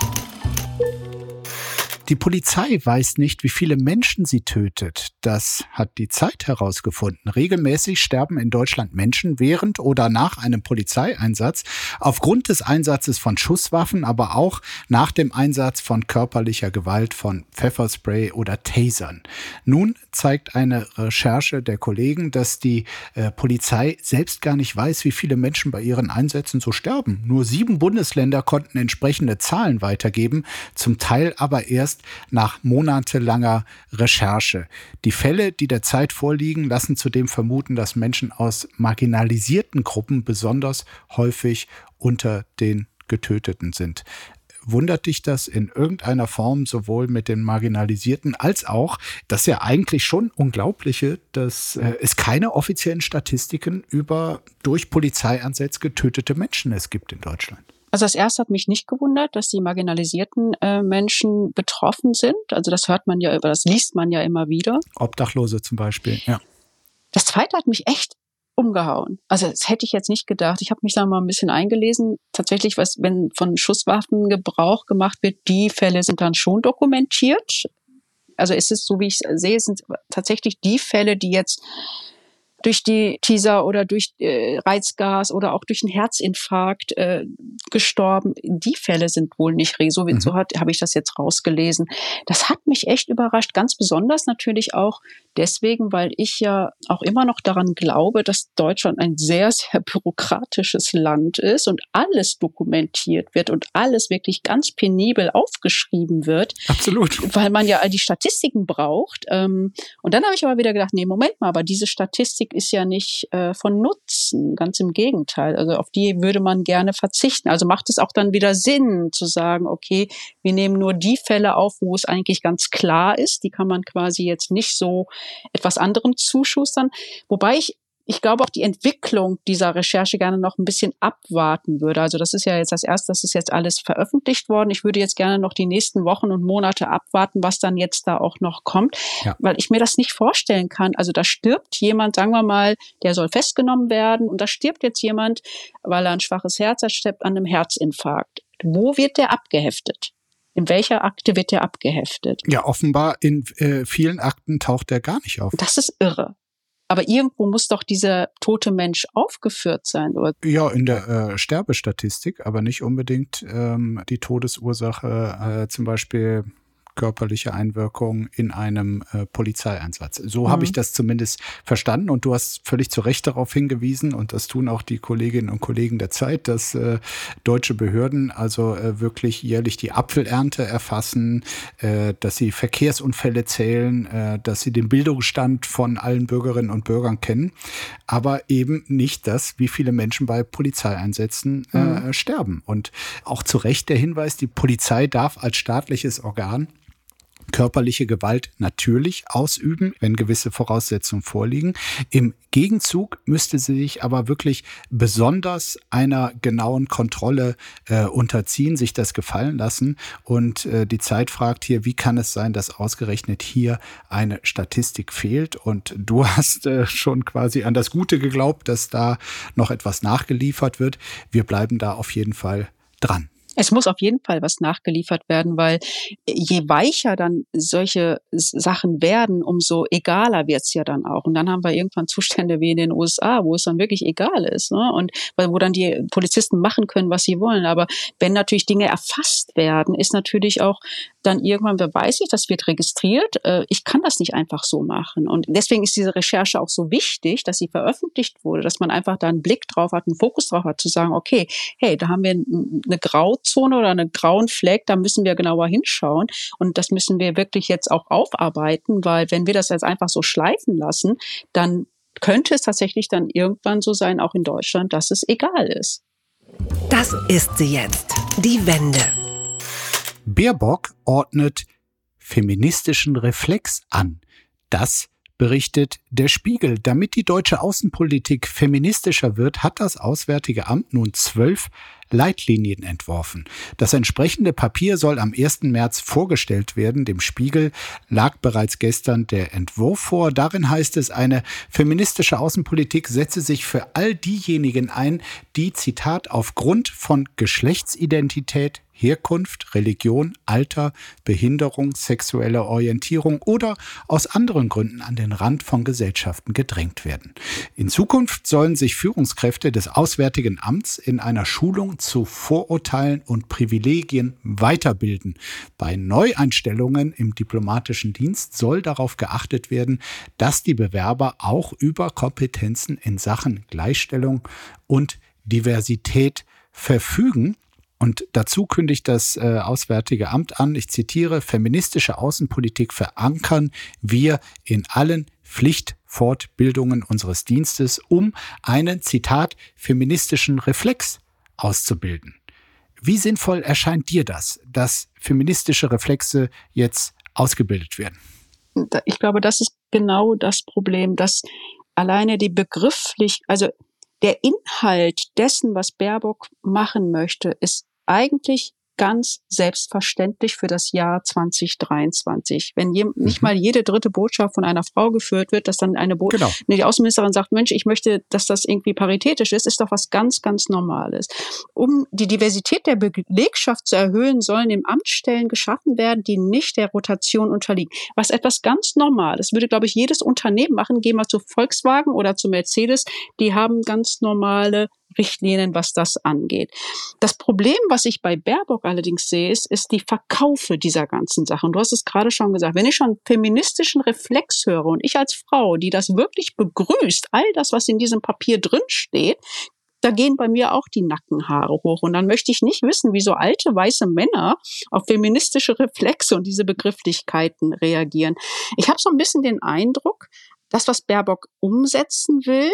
[SPEAKER 1] Die Polizei weiß nicht, wie viele Menschen sie tötet. Das hat die Zeit herausgefunden. Regelmäßig sterben in Deutschland Menschen während oder nach einem Polizeieinsatz aufgrund des Einsatzes von Schusswaffen, aber auch nach dem Einsatz von körperlicher Gewalt, von Pfefferspray oder Tasern. Nun zeigt eine Recherche der Kollegen, dass die äh, Polizei selbst gar nicht weiß, wie viele Menschen bei ihren Einsätzen so sterben. Nur sieben Bundesländer konnten entsprechende Zahlen weitergeben, zum Teil aber erst nach monatelanger Recherche. Die Fälle, die der Zeit vorliegen, lassen zudem vermuten, dass Menschen aus marginalisierten Gruppen besonders häufig unter den Getöteten sind. Wundert dich das in irgendeiner Form sowohl mit den Marginalisierten als auch, das ist ja eigentlich schon Unglaubliche, dass äh, es keine offiziellen Statistiken über durch Polizeieinsatz getötete Menschen es gibt in Deutschland?
[SPEAKER 3] Also das erste hat mich nicht gewundert, dass die marginalisierten äh, Menschen betroffen sind. Also das hört man ja, das liest man ja immer wieder.
[SPEAKER 1] Obdachlose zum Beispiel, ja.
[SPEAKER 3] Das zweite hat mich echt umgehauen. Also das hätte ich jetzt nicht gedacht. Ich habe mich da mal ein bisschen eingelesen. Tatsächlich, was, wenn von Schusswaffen Gebrauch gemacht wird, die Fälle sind dann schon dokumentiert. Also es ist, so wie ich es sehe, sind tatsächlich die Fälle, die jetzt durch die Teaser oder durch äh, Reizgas oder auch durch einen Herzinfarkt äh, gestorben. Die Fälle sind wohl nicht re. So, mhm. so habe ich das jetzt rausgelesen. Das hat mich echt überrascht. Ganz besonders natürlich auch deswegen, weil ich ja auch immer noch daran glaube, dass Deutschland ein sehr, sehr bürokratisches Land ist und alles dokumentiert wird und alles wirklich ganz penibel aufgeschrieben wird.
[SPEAKER 1] Absolut.
[SPEAKER 3] Weil man ja all die Statistiken braucht. Und dann habe ich aber wieder gedacht, nee, Moment mal, aber diese Statistik ist ja nicht äh, von Nutzen, ganz im Gegenteil. Also auf die würde man gerne verzichten. Also macht es auch dann wieder Sinn zu sagen, okay, wir nehmen nur die Fälle auf, wo es eigentlich ganz klar ist. Die kann man quasi jetzt nicht so etwas anderem zuschustern. Wobei ich Ich glaube auch die Entwicklung dieser Recherche gerne noch ein bisschen abwarten würde. Also das ist ja jetzt das Erste, das ist jetzt alles veröffentlicht worden. Ich würde jetzt gerne noch die nächsten Wochen und Monate abwarten, was dann jetzt da auch noch kommt, ja. Weil ich mir das nicht vorstellen kann. Also da stirbt jemand, sagen wir mal, der soll festgenommen werden und da stirbt jetzt jemand, weil er ein schwaches Herz hat, stirbt an einem Herzinfarkt. Wo wird der abgeheftet? In welcher Akte wird der abgeheftet?
[SPEAKER 1] Ja, offenbar in äh, vielen Akten taucht der gar nicht auf.
[SPEAKER 3] Das ist irre. Aber irgendwo muss doch dieser tote Mensch aufgeführt sein, oder?
[SPEAKER 1] Ja, in der äh, Sterbestatistik, aber nicht unbedingt ähm, die Todesursache, äh, zum Beispiel körperliche Einwirkung in einem äh, Polizeieinsatz. So mhm. habe ich das zumindest verstanden und du hast völlig zu Recht darauf hingewiesen und das tun auch die Kolleginnen und Kollegen der Zeit, dass äh, deutsche Behörden also äh, wirklich jährlich die Apfelernte erfassen, äh, dass sie Verkehrsunfälle zählen, äh, dass sie den Bildungsstand von allen Bürgerinnen und Bürgern kennen, aber eben nicht das, wie viele Menschen bei Polizeieinsätzen äh, mhm. sterben. Und auch zu Recht der Hinweis, die Polizei darf als staatliches Organ körperliche Gewalt natürlich ausüben, wenn gewisse Voraussetzungen vorliegen. Im Gegenzug müsste sie sich aber wirklich besonders einer genauen Kontrolle äh, unterziehen, sich das gefallen lassen. Und äh, die Zeit fragt hier, wie kann es sein, dass ausgerechnet hier eine Statistik fehlt? Und du hast äh, schon quasi an das Gute geglaubt, dass da noch etwas nachgeliefert wird. Wir bleiben da auf jeden Fall dran.
[SPEAKER 3] Es muss auf jeden Fall was nachgeliefert werden, weil je weicher dann solche Sachen werden, umso egaler wird's ja dann auch. Und dann haben wir irgendwann Zustände wie in den U S A, wo es dann wirklich egal ist, ne? Und wo dann die Polizisten machen können, was sie wollen. Aber wenn natürlich Dinge erfasst werden, ist natürlich auch dann irgendwann, wer weiß ich, das wird registriert. Ich kann das nicht einfach so machen. Und deswegen ist diese Recherche auch so wichtig, dass sie veröffentlicht wurde, dass man einfach da einen Blick drauf hat, einen Fokus drauf hat, zu sagen, okay, hey, da haben wir eine Grauzone oder einen grauen Fleck, da müssen wir genauer hinschauen. Und das müssen wir wirklich jetzt auch aufarbeiten, weil wenn wir das jetzt einfach so schleifen lassen, dann könnte es tatsächlich dann irgendwann so sein, auch in Deutschland, dass es egal ist.
[SPEAKER 4] Das ist sie jetzt, die Wende.
[SPEAKER 1] Baerbock ordnet feministischen Reflex an. Das berichtet der Spiegel. Damit die deutsche Außenpolitik feministischer wird, hat das Auswärtige Amt nun zwölf Leitlinien entworfen. Das entsprechende Papier soll am ersten März vorgestellt werden. Dem Spiegel lag bereits gestern der Entwurf vor. Darin heißt es, eine feministische Außenpolitik setze sich für all diejenigen ein, die, Zitat, aufgrund von Geschlechtsidentität, Herkunft, Religion, Alter, Behinderung, sexuelle Orientierung oder aus anderen Gründen an den Rand von Gesellschaften gedrängt werden. In Zukunft sollen sich Führungskräfte des Auswärtigen Amts in einer Schulung zu Vorurteilen und Privilegien weiterbilden. Bei Neueinstellungen im diplomatischen Dienst soll darauf geachtet werden, dass die Bewerber auch über Kompetenzen in Sachen Gleichstellung und Diversität verfügen. Und dazu kündigt das äh, Auswärtige Amt an, ich zitiere, feministische Außenpolitik verankern wir in allen Pflichtfortbildungen unseres Dienstes, um einen, Zitat, feministischen Reflex auszubilden. Wie sinnvoll erscheint dir das, dass feministische Reflexe jetzt ausgebildet werden?
[SPEAKER 3] Ich glaube, das ist genau das Problem, dass alleine die begrifflich, also der Inhalt dessen, was Baerbock machen möchte, ist eigentlich ganz selbstverständlich für das Jahr zwanzig dreiundzwanzig. Wenn je, nicht mal jede dritte Botschaft von einer Frau geführt wird, dass dann eine Bo- genau. die Außenministerin sagt, Mensch, ich möchte, dass das irgendwie paritätisch ist, ist doch was ganz, ganz Normales. Um die Diversität der Belegschaft zu erhöhen, sollen im Amt Stellen geschaffen werden, die nicht der Rotation unterliegen. Was etwas ganz Normales. Würde, glaube ich, jedes Unternehmen machen. Gehen wir zu Volkswagen oder zu Mercedes. Die haben ganz normale Richtlinien, was das angeht. Das Problem, was ich bei Baerbock allerdings sehe, ist, ist die Verkaufe dieser ganzen Sache. Und du hast es gerade schon gesagt, wenn ich schon feministischen Reflex höre und ich als Frau, die das wirklich begrüßt, all das, was in diesem Papier drin steht, da gehen bei mir auch die Nackenhaare hoch. Und dann möchte ich nicht wissen, wie so alte weiße Männer auf feministische Reflexe und diese Begrifflichkeiten reagieren. Ich habe so ein bisschen den Eindruck, das, was Baerbock umsetzen will,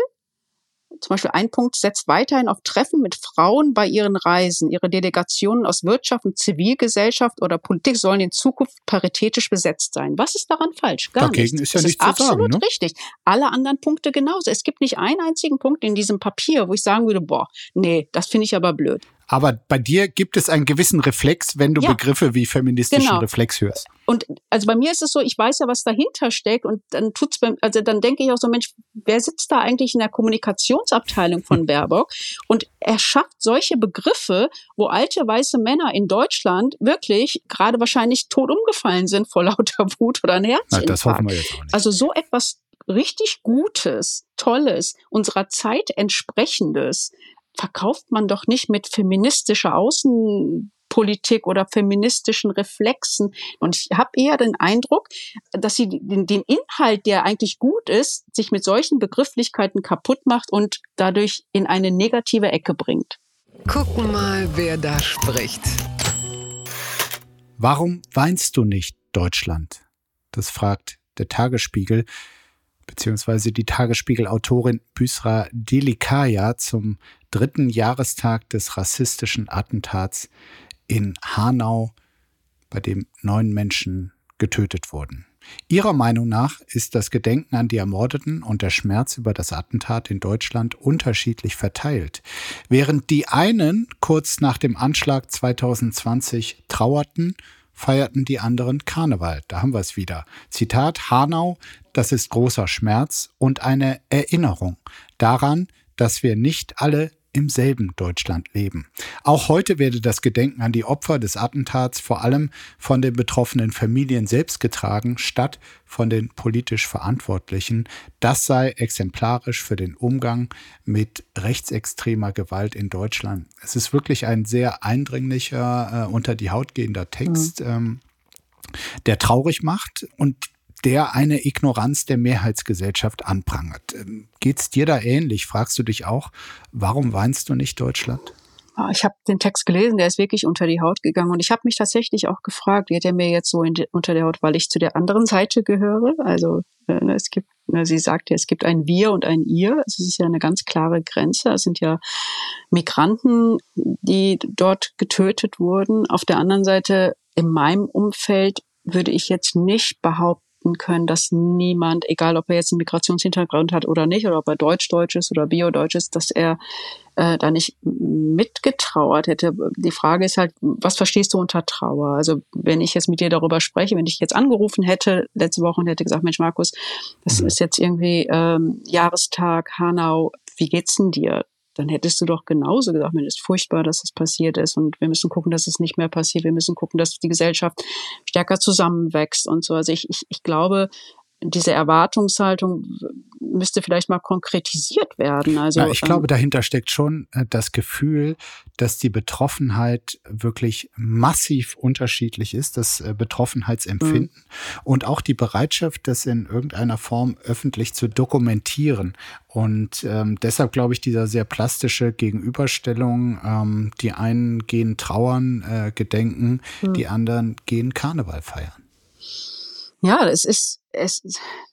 [SPEAKER 3] zum Beispiel ein Punkt, setzt weiterhin auf Treffen mit Frauen bei ihren Reisen. Ihre Delegationen aus Wirtschaft und Zivilgesellschaft oder Politik sollen in Zukunft paritätisch besetzt sein. Was ist daran falsch? Gar
[SPEAKER 1] Dagegen
[SPEAKER 3] nichts.
[SPEAKER 1] ist ja
[SPEAKER 3] das
[SPEAKER 1] nichts
[SPEAKER 3] ist
[SPEAKER 1] zu sagen,
[SPEAKER 3] absolut
[SPEAKER 1] ne?
[SPEAKER 3] richtig. Alle anderen Punkte genauso. Es gibt nicht einen einzigen Punkt in diesem Papier, wo ich sagen würde, boah, nee, das finde ich aber blöd.
[SPEAKER 1] Aber bei dir gibt es einen gewissen Reflex, wenn du ja. Begriffe wie feministischen genau. Reflex hörst.
[SPEAKER 3] Und also bei mir ist es so, ich weiß ja, was dahinter steckt und dann tut's beim, also dann denke ich auch so, Mensch, wer sitzt da eigentlich in der Kommunikationsabteilung von Baerbock? Und er schafft solche Begriffe, wo alte weiße Männer in Deutschland wirklich gerade wahrscheinlich tot umgefallen sind vor lauter Wut oder einem Herzinfarkt.
[SPEAKER 1] Na, das hoffen wir jetzt auch nicht.
[SPEAKER 3] Also so etwas richtig Gutes, Tolles, unserer Zeit entsprechendes verkauft man doch nicht mit feministischer Außenpolitik oder feministischen Reflexen. Und ich habe eher den Eindruck, dass sie den, den Inhalt, der eigentlich gut ist, sich mit solchen Begrifflichkeiten kaputt macht und dadurch in eine negative Ecke bringt.
[SPEAKER 4] Gucken mal, wer da spricht.
[SPEAKER 1] Warum weinst du nicht, Deutschland? Das fragt der Tagesspiegel, beziehungsweise die Tagesspiegel-Autorin Büsra Delikaya zum dritten Jahrestag des rassistischen Attentats in Hanau, bei dem neun Menschen getötet wurden. Ihrer Meinung nach ist das Gedenken an die Ermordeten und der Schmerz über das Attentat in Deutschland unterschiedlich verteilt. Während die einen kurz nach dem Anschlag zwanzig zwanzig trauerten, feierten die anderen Karneval. Da haben wir es wieder. Zitat, Hanau, das ist großer Schmerz und eine Erinnerung daran, dass wir nicht alle im selben Deutschland leben. Auch heute werde das Gedenken an die Opfer des Attentats vor allem von den betroffenen Familien selbst getragen, statt von den politisch Verantwortlichen. Das sei exemplarisch für den Umgang mit rechtsextremer Gewalt in Deutschland. Es ist wirklich ein sehr eindringlicher, äh, unter die Haut gehender Text, mhm. ähm, der traurig macht und der eine Ignoranz der Mehrheitsgesellschaft anprangert. Geht's dir da ähnlich? Fragst du dich auch, warum weinst du nicht, Deutschland?
[SPEAKER 3] Ich habe den Text gelesen, der ist wirklich unter die Haut gegangen und ich habe mich tatsächlich auch gefragt, wird er mir jetzt so in die, unter der Haut, weil ich zu der anderen Seite gehöre? Also äh, es gibt, äh, sie sagt ja, es gibt ein Wir und ein Ihr. Es ist ja eine ganz klare Grenze. Es sind ja Migranten, die dort getötet wurden. Auf der anderen Seite, in meinem Umfeld würde ich jetzt nicht behaupten, behaupten können, dass niemand, egal ob er jetzt einen Migrationshintergrund hat oder nicht, oder ob er Deutsch-Deutsch ist oder Bio-Deutsch ist, dass er äh, da nicht mitgetrauert hätte. Die Frage ist halt, was verstehst du unter Trauer? Also wenn ich jetzt mit dir darüber spreche, wenn ich jetzt angerufen hätte letzte Woche und hätte gesagt, Mensch Markus, das ist jetzt irgendwie ähm, Jahrestag, Hanau, wie geht's denn dir? Dann hättest du doch genauso gesagt, mir ist furchtbar, dass das passiert ist und wir müssen gucken, dass es nicht mehr passiert. Wir müssen gucken, dass die Gesellschaft stärker zusammenwächst und so. Also ich, ich, ich glaube, diese Erwartungshaltung müsste vielleicht mal konkretisiert werden. Also
[SPEAKER 1] ja, ich glaube, dahinter steckt schon das Gefühl, dass die Betroffenheit wirklich massiv unterschiedlich ist, das Betroffenheitsempfinden mhm. und auch die Bereitschaft, das in irgendeiner Form öffentlich zu dokumentieren. Und ähm, deshalb glaube ich, dieser sehr plastische Gegenüberstellung, ähm, die einen gehen trauern, äh, gedenken, mhm. die anderen gehen Karneval feiern.
[SPEAKER 3] Ja, es ist, es,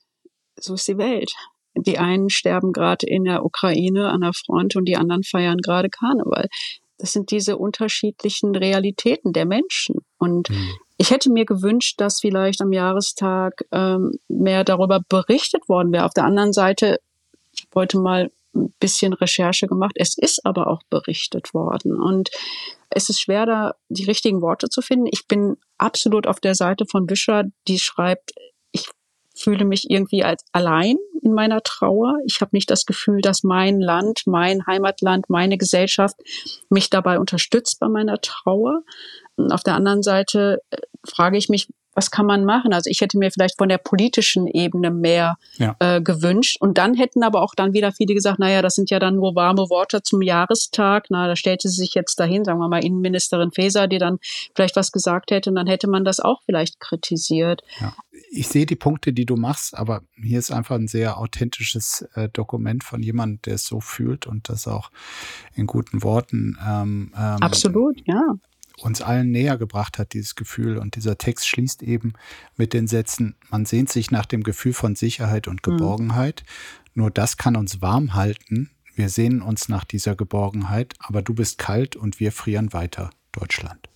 [SPEAKER 3] so ist die Welt. Die einen sterben gerade in der Ukraine an der Front und die anderen feiern gerade Karneval. Das sind diese unterschiedlichen Realitäten der Menschen. Und mhm. ich hätte mir gewünscht, dass vielleicht am Jahrestag ähm, mehr darüber berichtet worden wäre. Auf der anderen Seite, ich habe heute mal ein bisschen Recherche gemacht. Es ist aber auch berichtet worden. Und es ist schwer, da die richtigen Worte zu finden. Ich bin absolut auf der Seite von Büscher, die schreibt, ich fühle mich irgendwie als allein in meiner Trauer. Ich habe nicht das Gefühl, dass mein Land, mein Heimatland, meine Gesellschaft mich dabei unterstützt bei meiner Trauer. Und auf der anderen Seite frage ich mich, was kann man machen? Also ich hätte mir vielleicht von der politischen Ebene mehr ja. äh, gewünscht. Und dann hätten aber auch dann wieder viele gesagt, naja, das sind ja dann nur warme Worte zum Jahrestag. Na, da stellte sie sich jetzt dahin, sagen wir mal Innenministerin Faeser, die dann vielleicht was gesagt hätte. Und dann hätte man das auch vielleicht kritisiert.
[SPEAKER 1] Ja. Ich sehe die Punkte, die du machst, aber hier ist einfach ein sehr authentisches äh, Dokument von jemandem, der es so fühlt und das auch in guten Worten ähm, ähm,
[SPEAKER 3] absolut, ja.
[SPEAKER 1] uns allen näher gebracht hat, dieses Gefühl. Und dieser Text schließt eben mit den Sätzen, man sehnt sich nach dem Gefühl von Sicherheit und Geborgenheit. Mhm. Nur das kann uns warm halten. Wir sehnen uns nach dieser Geborgenheit, aber du bist kalt und wir frieren weiter, Deutschland.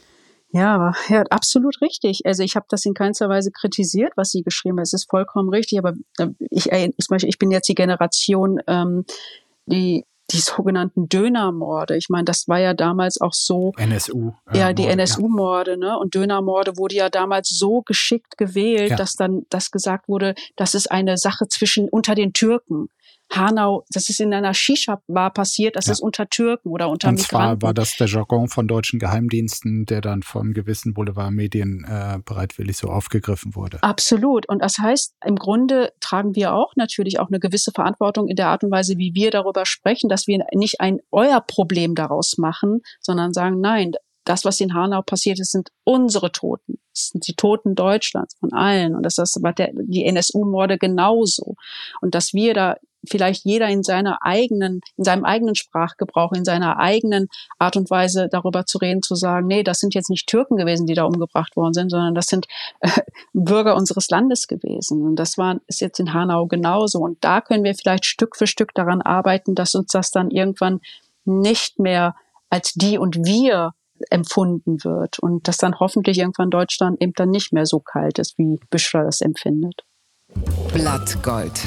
[SPEAKER 3] Ja, aber ja, absolut richtig. Also ich habe das in keinster Weise kritisiert, was sie geschrieben hat. Es ist vollkommen richtig, aber ich, ich, ich bin jetzt die Generation, ähm, die die sogenannten Dönermorde. Ich meine, das war ja damals auch so.
[SPEAKER 1] N S U.
[SPEAKER 3] Äh, ja, die Morde, N S U-Morde, ja. ne? Und Dönermorde wurde ja damals so geschickt gewählt, ja. dass dann das gesagt wurde, das ist eine Sache zwischen unter den Türken. Hanau, das ist in einer Shisha-Bar passiert, das ja. ist unter Türken oder unter
[SPEAKER 1] Und
[SPEAKER 3] Migranten.
[SPEAKER 1] Und zwar war das der Jargon von deutschen Geheimdiensten, der dann von gewissen Boulevardmedien äh, bereitwillig so aufgegriffen wurde.
[SPEAKER 3] Absolut. Und das heißt, im Grunde tragen wir auch natürlich auch eine gewisse Verantwortung in der Art und Weise, wie wir darüber sprechen, dass wir nicht ein euer Problem daraus machen, sondern sagen, nein, das, was in Hanau passiert ist, sind unsere Toten. Das sind die Toten Deutschlands, von allen. Und das ist der, die N S U-Morde genauso. Und dass wir da vielleicht jeder in seiner eigenen, in seinem eigenen Sprachgebrauch, in seiner eigenen Art und Weise darüber zu reden, zu sagen, nee, das sind jetzt nicht Türken gewesen, die da umgebracht worden sind, sondern das sind äh, Bürger unseres Landes gewesen. Und das war, ist jetzt in Hanau genauso. Und da können wir vielleicht Stück für Stück daran arbeiten, dass uns das dann irgendwann nicht mehr als die und wir empfunden wird und dass dann hoffentlich irgendwann Deutschland eben dann nicht mehr so kalt ist, wie Büscher das empfindet.
[SPEAKER 4] Blattgold.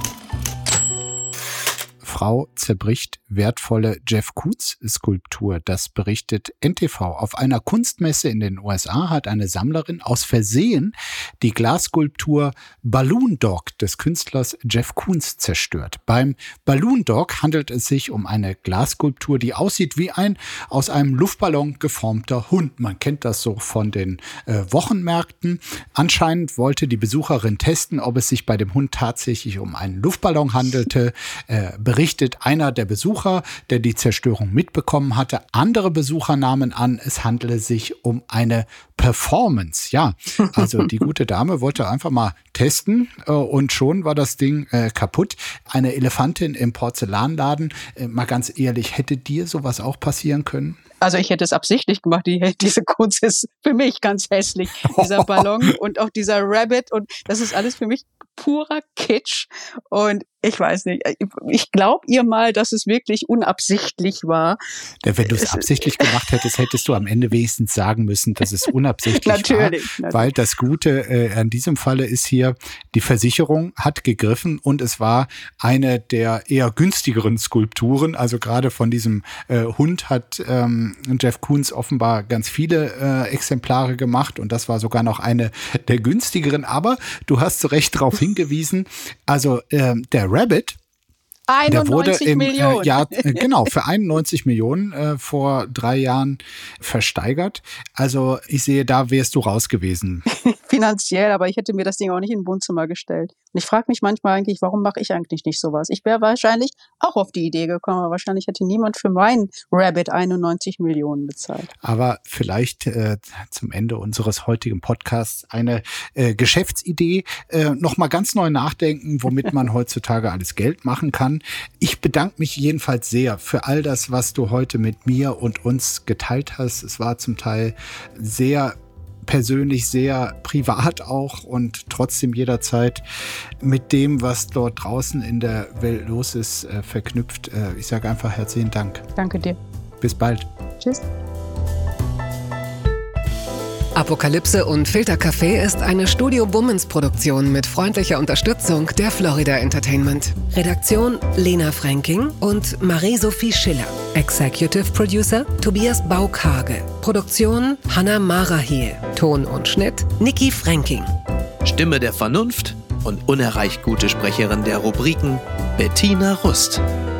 [SPEAKER 1] Frau zerbricht wertvolle Jeff Koons-Skulptur. Das berichtet N T V. Auf einer Kunstmesse in den U S A hat eine Sammlerin aus Versehen die Glasskulptur Balloon Dog des Künstlers Jeff Koons zerstört. Beim Balloon Dog handelt es sich um eine Glasskulptur, die aussieht wie ein aus einem Luftballon geformter Hund. Man kennt das so von den äh, Wochenmärkten. Anscheinend wollte die Besucherin testen, ob es sich bei dem Hund tatsächlich um einen Luftballon handelte. Äh, berichtet einer der Besucher, der die Zerstörung mitbekommen hatte. Andere Besucher nahmen an, es handele sich um eine Performance. Ja, also die gute Dame wollte einfach mal testen äh, und schon war das Ding äh, kaputt. Eine Elefantin im Porzellanladen. Äh, mal ganz ehrlich, hätte dir sowas auch passieren können?
[SPEAKER 3] Also ich hätte es absichtlich gemacht. Die, diese Kunst ist für mich ganz hässlich. Dieser Ballon und auch dieser Rabbit und das ist alles für mich purer Kitsch und ich weiß nicht, ich glaube ihr mal, dass es wirklich unabsichtlich war.
[SPEAKER 1] Ja, wenn du es absichtlich gemacht hättest, hättest du am Ende wenigstens sagen müssen, dass es unabsichtlich
[SPEAKER 3] natürlich,
[SPEAKER 1] war.
[SPEAKER 3] natürlich.
[SPEAKER 1] Weil das Gute äh, an diesem Falle ist hier, die Versicherung hat gegriffen und es war eine der eher günstigeren Skulpturen. Also gerade von diesem äh, Hund hat ähm, Jeff Koons offenbar ganz viele äh, Exemplare gemacht und das war sogar noch eine der günstigeren. Aber du hast zu Recht darauf hingewiesen, also äh, der Rabbit, der wurde im
[SPEAKER 3] Millionen.
[SPEAKER 1] Äh, Jahr, äh, genau, für einundneunzig Millionen äh, vor drei Jahren versteigert. Also ich sehe, da wärst du raus gewesen.
[SPEAKER 3] Finanziell, aber ich hätte mir das Ding auch nicht in ein Wohnzimmer gestellt. Und ich frage mich manchmal eigentlich, warum mache ich eigentlich nicht sowas? Ich wäre wahrscheinlich auch auf die Idee gekommen, aber wahrscheinlich hätte niemand für meinen Rabbit einundneunzig Millionen bezahlt.
[SPEAKER 1] Aber vielleicht äh, zum Ende unseres heutigen Podcasts eine äh, Geschäftsidee, äh, nochmal ganz neu nachdenken, womit man heutzutage alles Geld machen kann. Ich bedanke mich jedenfalls sehr für all das, was du heute mit mir und uns geteilt hast. Es war zum Teil sehr persönlich, sehr privat auch und trotzdem jederzeit mit dem, was dort draußen in der Welt los ist, äh, verknüpft. Äh, ich sage einfach herzlichen Dank.
[SPEAKER 3] Danke dir.
[SPEAKER 1] Bis bald.
[SPEAKER 3] Tschüss.
[SPEAKER 4] Apokalypse und Filtercafé ist eine Studio Bummens Produktion mit freundlicher Unterstützung der Florida Entertainment. Redaktion Lena Fränking und Marie-Sophie Schiller. Executive Producer Tobias Baukage. Produktion Hanna Marahiel. Ton und Schnitt Niki Fränking.
[SPEAKER 2] Stimme der Vernunft und unerreicht gute Sprecherin der Rubriken Bettina Rust.